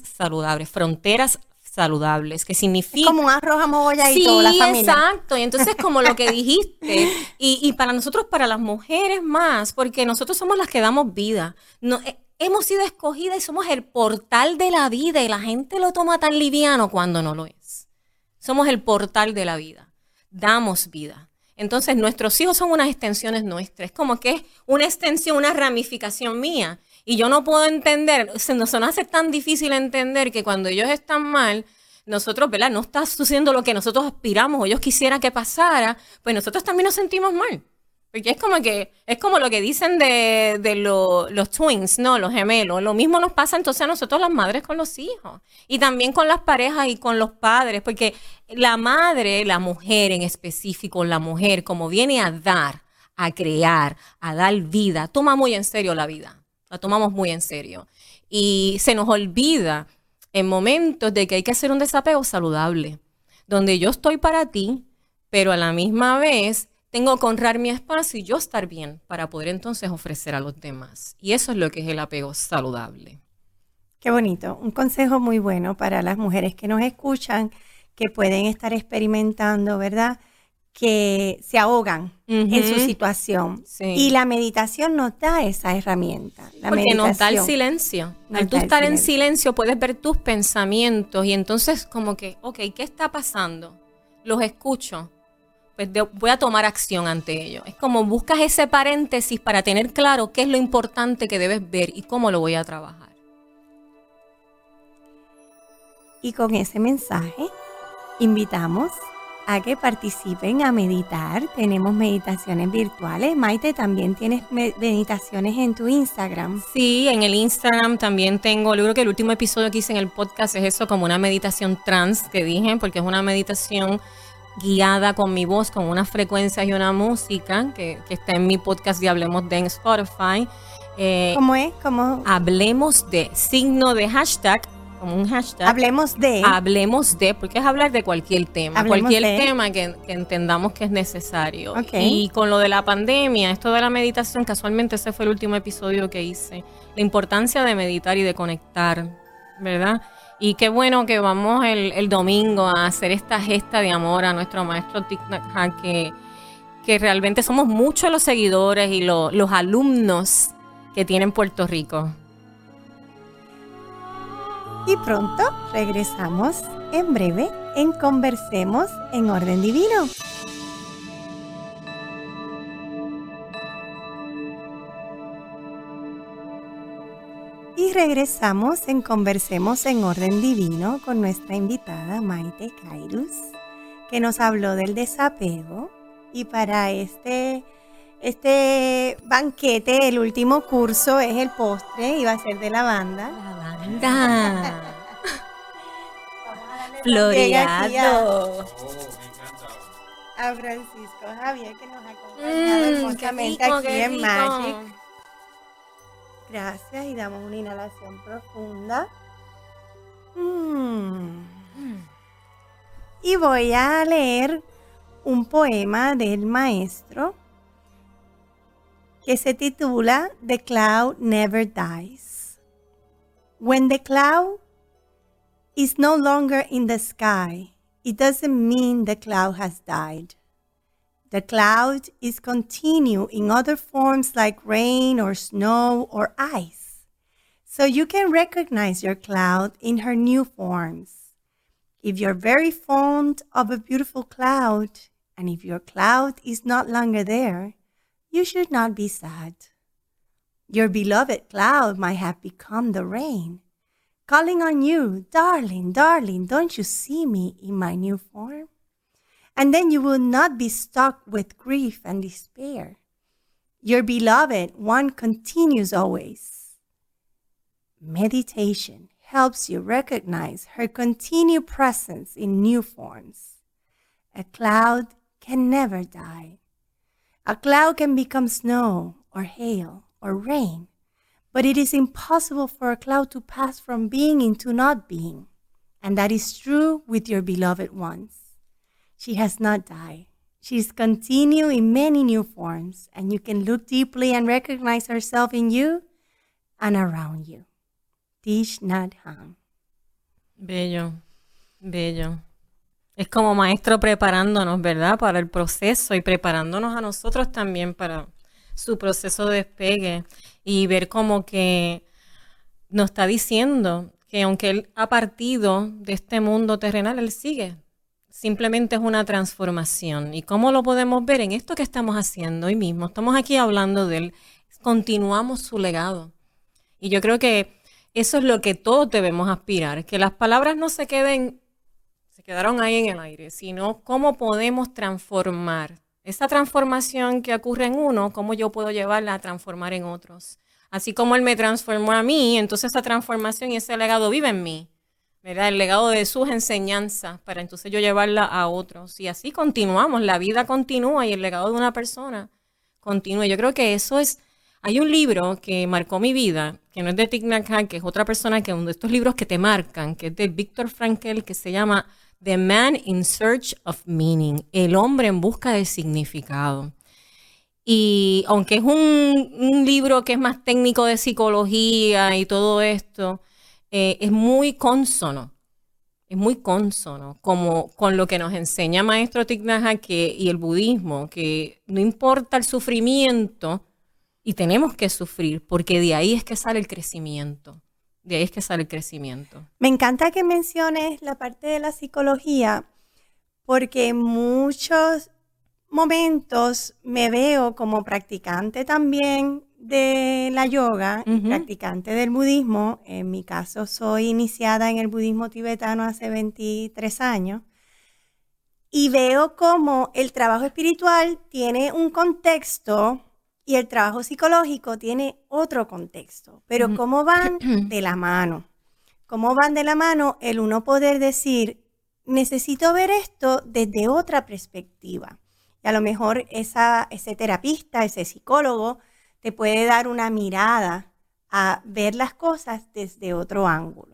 saludables, que significa... Es como un arroz a mogolla y toda la familia. Sí, exacto. Y entonces como lo que dijiste, y para nosotros, para las mujeres más, porque nosotros somos las que damos vida. No, hemos sido escogidas y somos el portal de la vida y la gente lo toma tan liviano cuando no lo es. Somos el portal de la vida. Damos vida. Entonces nuestros hijos son unas extensiones nuestras. Es como que es una extensión, una ramificación mía. Y yo no puedo entender, se nos hace tan difícil entender que cuando ellos están mal, nosotros, ¿verdad? No está sucediendo lo que nosotros aspiramos o ellos quisieran que pasara, pues nosotros también nos sentimos mal. Porque es como lo que dicen de los twins, ¿no? Los gemelos. Lo mismo nos pasa entonces a nosotros las madres con los hijos. Y también con las parejas y con los padres. Porque la madre, la mujer en específico, la mujer como viene a dar, a crear, a dar vida, toma muy en serio la vida. La tomamos muy en serio. Y se nos olvida en momentos de que hay que hacer un desapego saludable. Donde yo estoy para ti, pero a la misma vez... tengo que honrar mi espacio y yo estar bien para poder entonces ofrecer a los demás. Y eso es lo que es el apego saludable. Qué bonito. Un consejo muy bueno para las mujeres que nos escuchan, que pueden estar experimentando, ¿verdad? Que se ahogan uh-huh. en su situación. Sí. Y la meditación nos da esa herramienta. Porque nos da el silencio. Al tú estar en silencio puedes ver tus pensamientos y entonces como que, ok, ¿qué está pasando? Los escucho. Pues voy a tomar acción ante ello. Es como buscas ese paréntesis para tener claro qué es lo importante que debes ver y cómo lo voy a trabajar. Y con ese mensaje, invitamos a que participen a meditar. Tenemos meditaciones virtuales. Maite, también tienes meditaciones en tu Instagram. Sí, en el Instagram también tengo, yo creo que el último episodio que hice en el podcast es eso, como una meditación trans que dije, porque es una meditación guiada con mi voz, con unas frecuencias y una música que está en mi podcast de Hablemos de en Spotify. ¿Cómo es? ¿Cómo? Hablemos de, signo de hashtag, como un hashtag. Hablemos de, porque es hablar de cualquier tema, tema que entendamos que es necesario. Okay. Y con lo de la pandemia, esto de la meditación, casualmente ese fue el último episodio que hice, la importancia de meditar y de conectar, ¿verdad? Y qué bueno que vamos el domingo a hacer esta gesta de amor a nuestro maestro Thich Nhat Hanh, que realmente somos muchos los seguidores y los alumnos que tiene Puerto Rico. Y pronto regresamos en breve en Conversemos en Orden Divino. Y regresamos en Conversemos en Orden Divino con nuestra invitada Maite Kairus, que nos habló del desapego. Y para este banquete, el último curso es el postre y va a ser de lavanda. Lavanda. Floreado. A Francisco Javier, que nos ha acompañado hermosamente aquí en Magic. Gracias, y damos una inhalación profunda. Y voy a leer un poema del maestro que se titula The Cloud Never Dies. When the cloud is no longer in the sky, it doesn't mean the cloud has died. The cloud is continued in other forms like rain or snow or ice. So you can recognize your cloud in her new forms. If you're very fond of a beautiful cloud, and if your cloud is not longer there, you should not be sad. Your beloved cloud might have become the rain, calling on you, darling, darling, don't you see me in my new form? And then you will not be stuck with grief and despair. Your beloved one continues always. Meditation helps you recognize her continued presence in new forms. A cloud can never die. A cloud can become snow or hail or rain, but it is impossible for a cloud to pass from being into not being. And that is true with your beloved ones. She has not died. She is continuing in many new forms, and you can look deeply and recognize herself in you and around you. Thich Nhat Hanh. Bello, bello. Es como maestro preparándonos, ¿verdad? Para el proceso y preparándonos a nosotros también para su proceso de despegue y ver como que nos está diciendo que aunque Él ha partido de este mundo terrenal, Él sigue. Simplemente es una transformación. ¿Y cómo lo podemos ver? En esto que estamos haciendo hoy mismo. Estamos aquí hablando de Él. Continuamos su legado. Y yo creo que eso es lo que todos debemos aspirar. Que las palabras no se quedaron ahí en el aire, sino cómo podemos transformar. Esa transformación que ocurre en uno, cómo yo puedo llevarla a transformar en otros. Así como Él me transformó a mí, entonces esa transformación y ese legado vive en mí. ¿Verdad? El legado de sus enseñanzas para entonces yo llevarla a otros. Y así continuamos, la vida continúa y el legado de una persona continúa. Yo creo que eso es... Hay un libro que marcó mi vida, que no es de Thich Nhat Hanh, que es otra persona, que es uno de estos libros que te marcan, que es de Viktor Frankl, que se llama The Man in Search of Meaning, el hombre en busca de significado. Y aunque es un libro que es más técnico de psicología y todo esto, es muy consono como con lo que nos enseña Maestro Thich Nhat Hanh y el budismo, que no importa el sufrimiento y tenemos que sufrir, porque de ahí es que sale el crecimiento. Me encanta que menciones la parte de la psicología, porque en muchos momentos me veo como practicante también de la yoga y practicante del budismo. En mi caso soy iniciada en el budismo tibetano hace 23 años y veo cómo el trabajo espiritual tiene un contexto y el trabajo psicológico tiene otro contexto, pero cómo van de la mano. Cómo van de la mano el uno poder decir, necesito ver esto desde otra perspectiva. Y a lo mejor ese terapista, ese psicólogo, te puede dar una mirada a ver las cosas desde otro ángulo.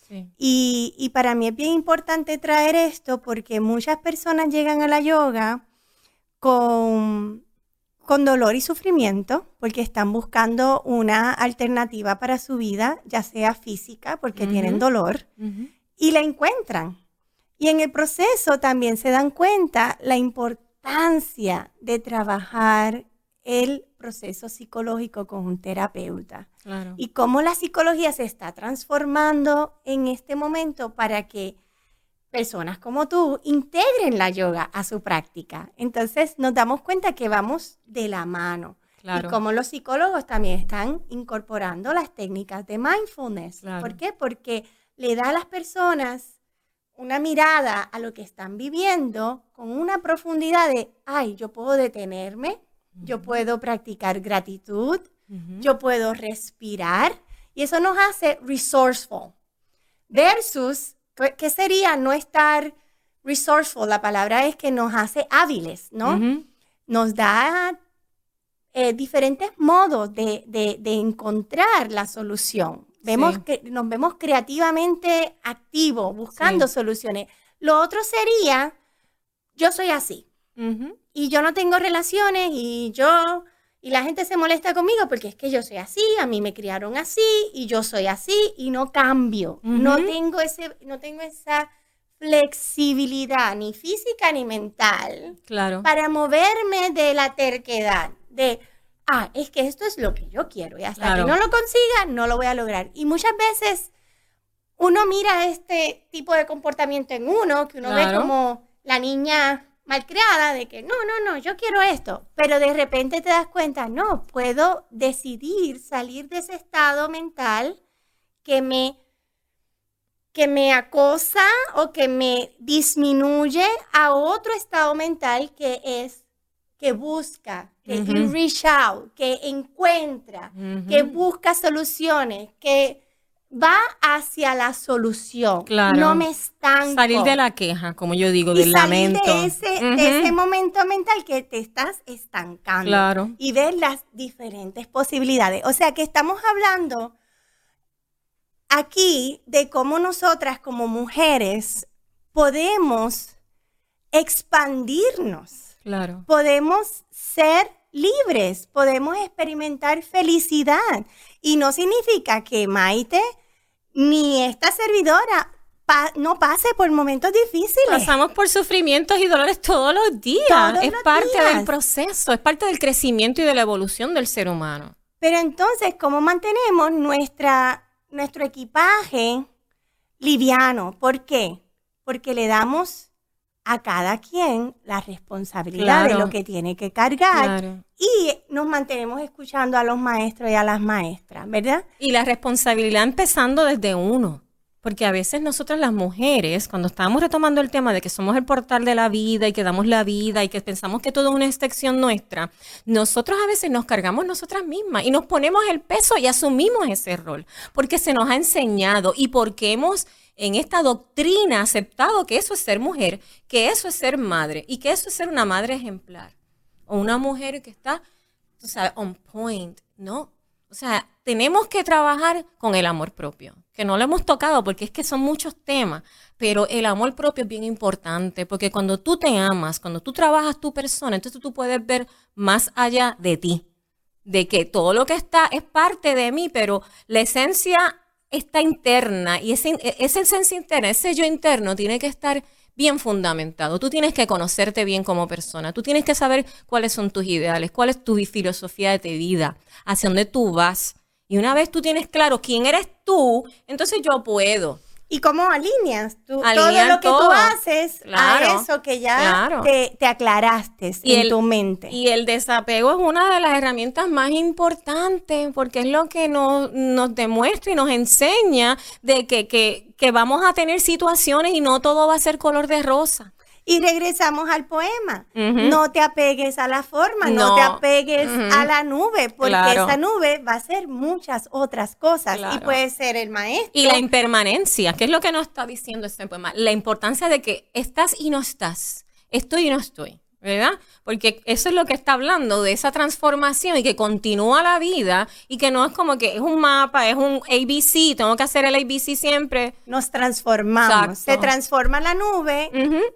Sí. Y para mí es bien importante traer esto porque muchas personas llegan a la yoga con dolor y sufrimiento porque están buscando una alternativa para su vida, ya sea física, porque tienen dolor, y la encuentran. Y en el proceso también se dan cuenta la importancia de trabajar el proceso psicológico con un terapeuta. Claro. Y cómo la psicología se está transformando en este momento para que personas como tú integren la yoga a su práctica. Entonces nos damos cuenta que vamos de la mano. Claro. Y como los psicólogos también están incorporando las técnicas de mindfulness. Claro. ¿Por qué? Porque le da a las personas una mirada a lo que están viviendo con una profundidad de, ay, yo puedo detenerme, yo puedo practicar gratitud, yo puedo respirar, y eso nos hace resourceful. Versus, ¿qué sería no estar resourceful? La palabra es que nos hace hábiles, ¿no? Nos da diferentes modos de encontrar la solución. Vemos que nos vemos creativamente activos, buscando soluciones. Lo otro sería, yo soy así. Y yo no tengo relaciones y la gente se molesta conmigo porque es que yo soy así, a mí me criaron así y yo soy así y no cambio. No tengo esa flexibilidad ni física ni mental para moverme de la terquedad, de es que esto es lo que yo quiero y hasta que no lo consiga no lo voy a lograr. Y muchas veces uno mira este tipo de comportamiento en uno, que uno ve como la niña malcriada de que no, yo quiero esto, pero de repente te das cuenta, no, puedo decidir salir de ese estado mental que me acosa o que me disminuye a otro estado mental que busca, que reach out, que encuentra, que busca soluciones, que va hacia la solución. No me estanco. Salir de la queja, como yo digo, del lamento. De ese momento mental que te estás estancando. Y ver las diferentes posibilidades. O sea que estamos hablando aquí de cómo nosotras como mujeres podemos expandirnos. Podemos ser libres, podemos experimentar felicidad. Y no significa que Maite ni esta servidora no pase por momentos difíciles. Pasamos por sufrimientos y dolores todos los días. Es parte del proceso, es parte del crecimiento y de la evolución del ser humano. Pero entonces, ¿cómo mantenemos nuestro equipaje liviano? ¿Por qué? Porque le damos a cada quien la responsabilidad de lo que tiene que cargar y nos mantenemos escuchando a los maestros y a las maestras, ¿verdad? Y la responsabilidad empezando desde uno, porque a veces nosotras las mujeres, cuando estábamos retomando el tema de que somos el portal de la vida y que damos la vida y que pensamos que todo es una extensión nuestra, nosotros a veces nos cargamos nosotras mismas y nos ponemos el peso y asumimos ese rol, porque se nos ha enseñado y porque hemos en esta doctrina aceptado que eso es ser mujer, que eso es ser madre y que eso es ser una madre ejemplar o una mujer que está, tú sabes, on point, ¿no? O sea, tenemos que trabajar con el amor propio, que no lo hemos tocado porque es que son muchos temas, pero el amor propio es bien importante porque cuando tú te amas, cuando tú trabajas tu persona, entonces tú puedes ver más allá de ti, de que todo lo que está es parte de mí, pero la esencia está interna y esa esencia interna, ese yo interno tiene que estar bien fundamentado. Tú tienes que conocerte bien como persona, tú tienes que saber cuáles son tus ideales, cuál es tu filosofía de vida, hacia dónde tú vas. Y una vez tú tienes claro quién eres tú, entonces yo puedo. ¿Y cómo alineas todo lo que tú haces a eso que ya te aclaraste en tu mente? Y el desapego es una de las herramientas más importantes porque es lo que nos demuestra y nos enseña de que vamos a tener situaciones y no todo va a ser color de rosa. Y regresamos al poema. No te apegues a la forma, no te apegues a la nube, porque esa nube va a ser muchas otras cosas. Y puede ser el maestro. Y la impermanencia, que es lo que nos está diciendo este poema. La importancia de que estás y no estás, estoy y no estoy, ¿verdad? Porque eso es lo que está hablando, de esa transformación y que continúa la vida y que no es como que es un mapa, es un ABC, tengo que hacer el ABC siempre. Nos transformamos. Exacto. Se transforma la nube,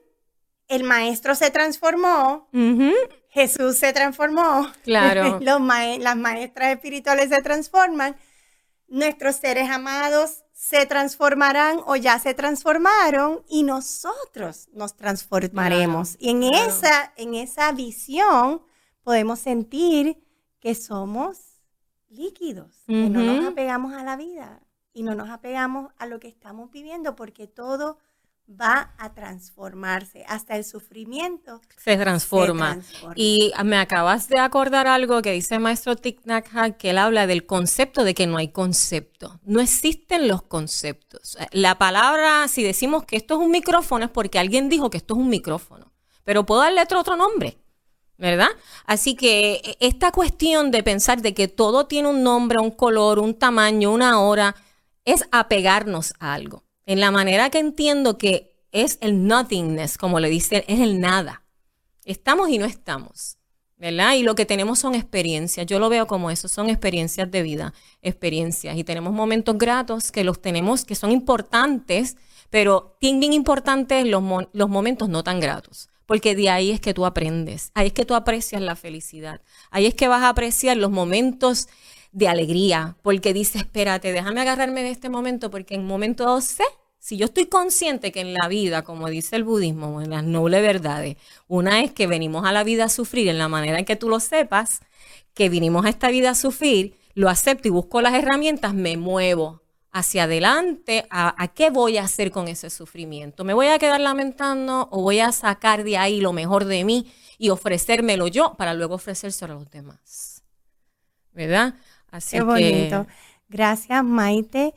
el maestro se transformó, Jesús se transformó, claro. Las maestras espirituales se transforman, nuestros seres amados se transformarán o ya se transformaron y nosotros nos transformaremos. Claro, y en esa visión podemos sentir que somos líquidos, que no nos apegamos a la vida y no nos apegamos a lo que estamos viviendo porque todo va a transformarse, hasta el sufrimiento se transforma. Y me acabas de acordar algo que dice el maestro Thich Nhat Hanh, que él habla del concepto de que no hay concepto. No existen los conceptos. La palabra, si decimos que esto es un micrófono, es porque alguien dijo que esto es un micrófono. Pero puedo darle otro nombre, ¿verdad? Así que esta cuestión de pensar de que todo tiene un nombre, un color, un tamaño, una hora, es apegarnos a algo. En la manera que entiendo que es el nothingness, como le dicen, es el nada. Estamos y no estamos, ¿verdad? Y lo que tenemos son experiencias. Yo lo veo como eso, son experiencias de vida, experiencias. Y tenemos momentos gratos que los tenemos, que son importantes, pero bien importantes los momentos no tan gratos. Porque de ahí es que tú aprendes, ahí es que tú aprecias la felicidad, ahí es que vas a apreciar los momentos de alegría, porque dices, espérate, déjame agarrarme de este momento, porque en un momento dado sé, si yo estoy consciente que en la vida, como dice el budismo, en las nobles verdades, una es que venimos a la vida a sufrir, en la manera en que tú lo sepas, que vinimos a esta vida a sufrir, lo acepto y busco las herramientas, me muevo hacia adelante, a qué voy a hacer con ese sufrimiento. ¿Me voy a quedar lamentando o voy a sacar de ahí lo mejor de mí y ofrecérmelo yo para luego ofrecérselo a los demás? ¿Verdad? Así qué bonito. Gracias, Maite.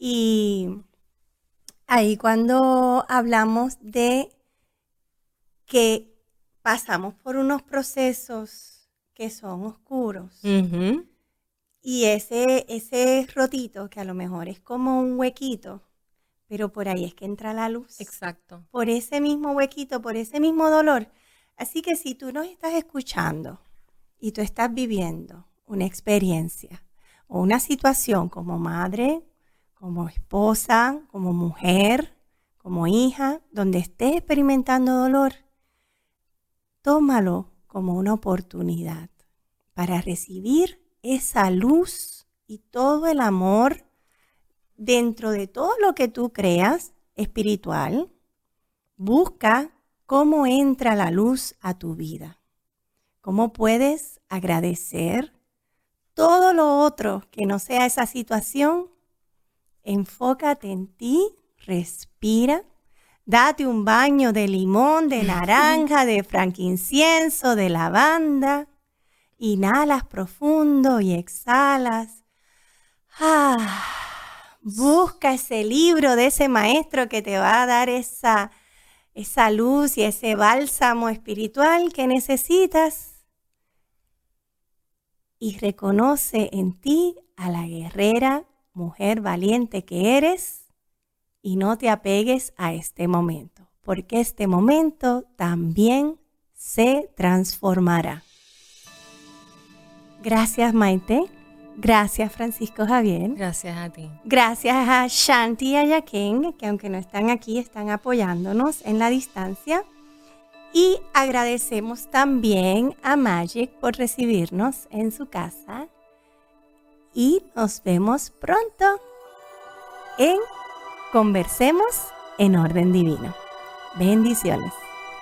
Y ahí cuando hablamos de que pasamos por unos procesos que son oscuros, y ese rotito que a lo mejor es como un huequito, pero por ahí es que entra la luz. Exacto. Por ese mismo huequito, por ese mismo dolor. Así que si tú nos estás escuchando y tú estás viviendo una experiencia o una situación como madre, como esposa, como mujer, como hija, donde estés experimentando dolor, tómalo como una oportunidad para recibir esa luz y todo el amor dentro de todo lo que tú creas espiritual. Busca cómo entra la luz a tu vida, cómo puedes agradecer todo lo otro que no sea esa situación. Enfócate en ti, respira, date un baño de limón, de naranja, de frankincenso, de lavanda. Inhalas profundo y exhalas. Busca ese libro de ese maestro que te va a dar esa luz y ese bálsamo espiritual que necesitas. Y reconoce en ti a la guerrera, mujer valiente que eres, y no te apegues a este momento, porque este momento también se transformará. Gracias, Maite. Gracias, Francisco Javier. Gracias a ti. Gracias a Shanti y a Yaquén, que aunque no están aquí, están apoyándonos en la distancia. Y agradecemos también a Magic por recibirnos en su casa. Y nos vemos pronto en Conversemos en Orden Divino. Bendiciones.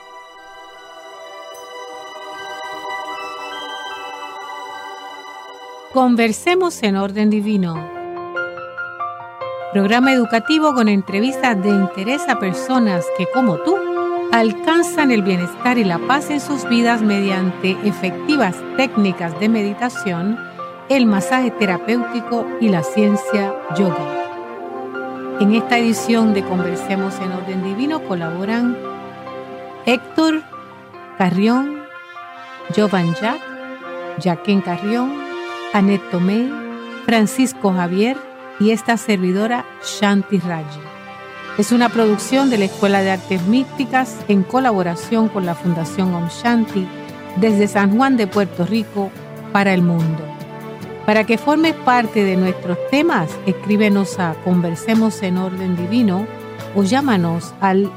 Conversemos en Orden Divino. Programa educativo con entrevistas de interés a personas que, como tú, alcanzan el bienestar y la paz en sus vidas mediante efectivas técnicas de meditación, el masaje terapéutico y la ciencia yoga. En esta edición de Conversemos en Orden Divino colaboran Héctor Carrión, Jovan Jack, Yaquén Carrión, Annette Tomei, Francisco Javier y esta servidora Shanti Raji. Es una producción de la Escuela de Artes Místicas en colaboración con la Fundación Om Shanti desde San Juan de Puerto Rico para el mundo. Para que formes parte de nuestros temas, escríbenos a Conversemos en Orden Divino o llámanos al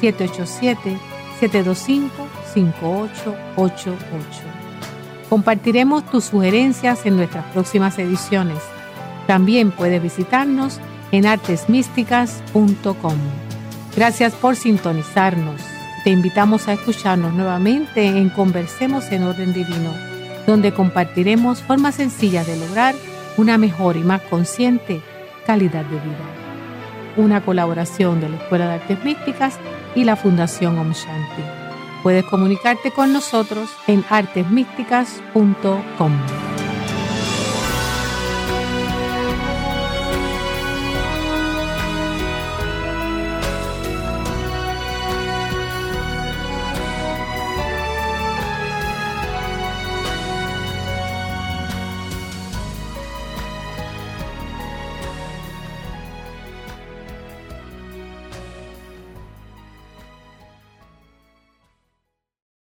787-725-5888. Compartiremos tus sugerencias en nuestras próximas ediciones. También puedes visitarnos en artesmísticas.com. Gracias por sintonizarnos. Te invitamos a escucharnos nuevamente en Conversemos en Orden Divino, donde compartiremos formas sencillas de lograr una mejor y más consciente calidad de vida. Una colaboración de la Escuela de Artes Místicas y la Fundación Om Shanti. Puedes comunicarte con nosotros en artesmísticas.com.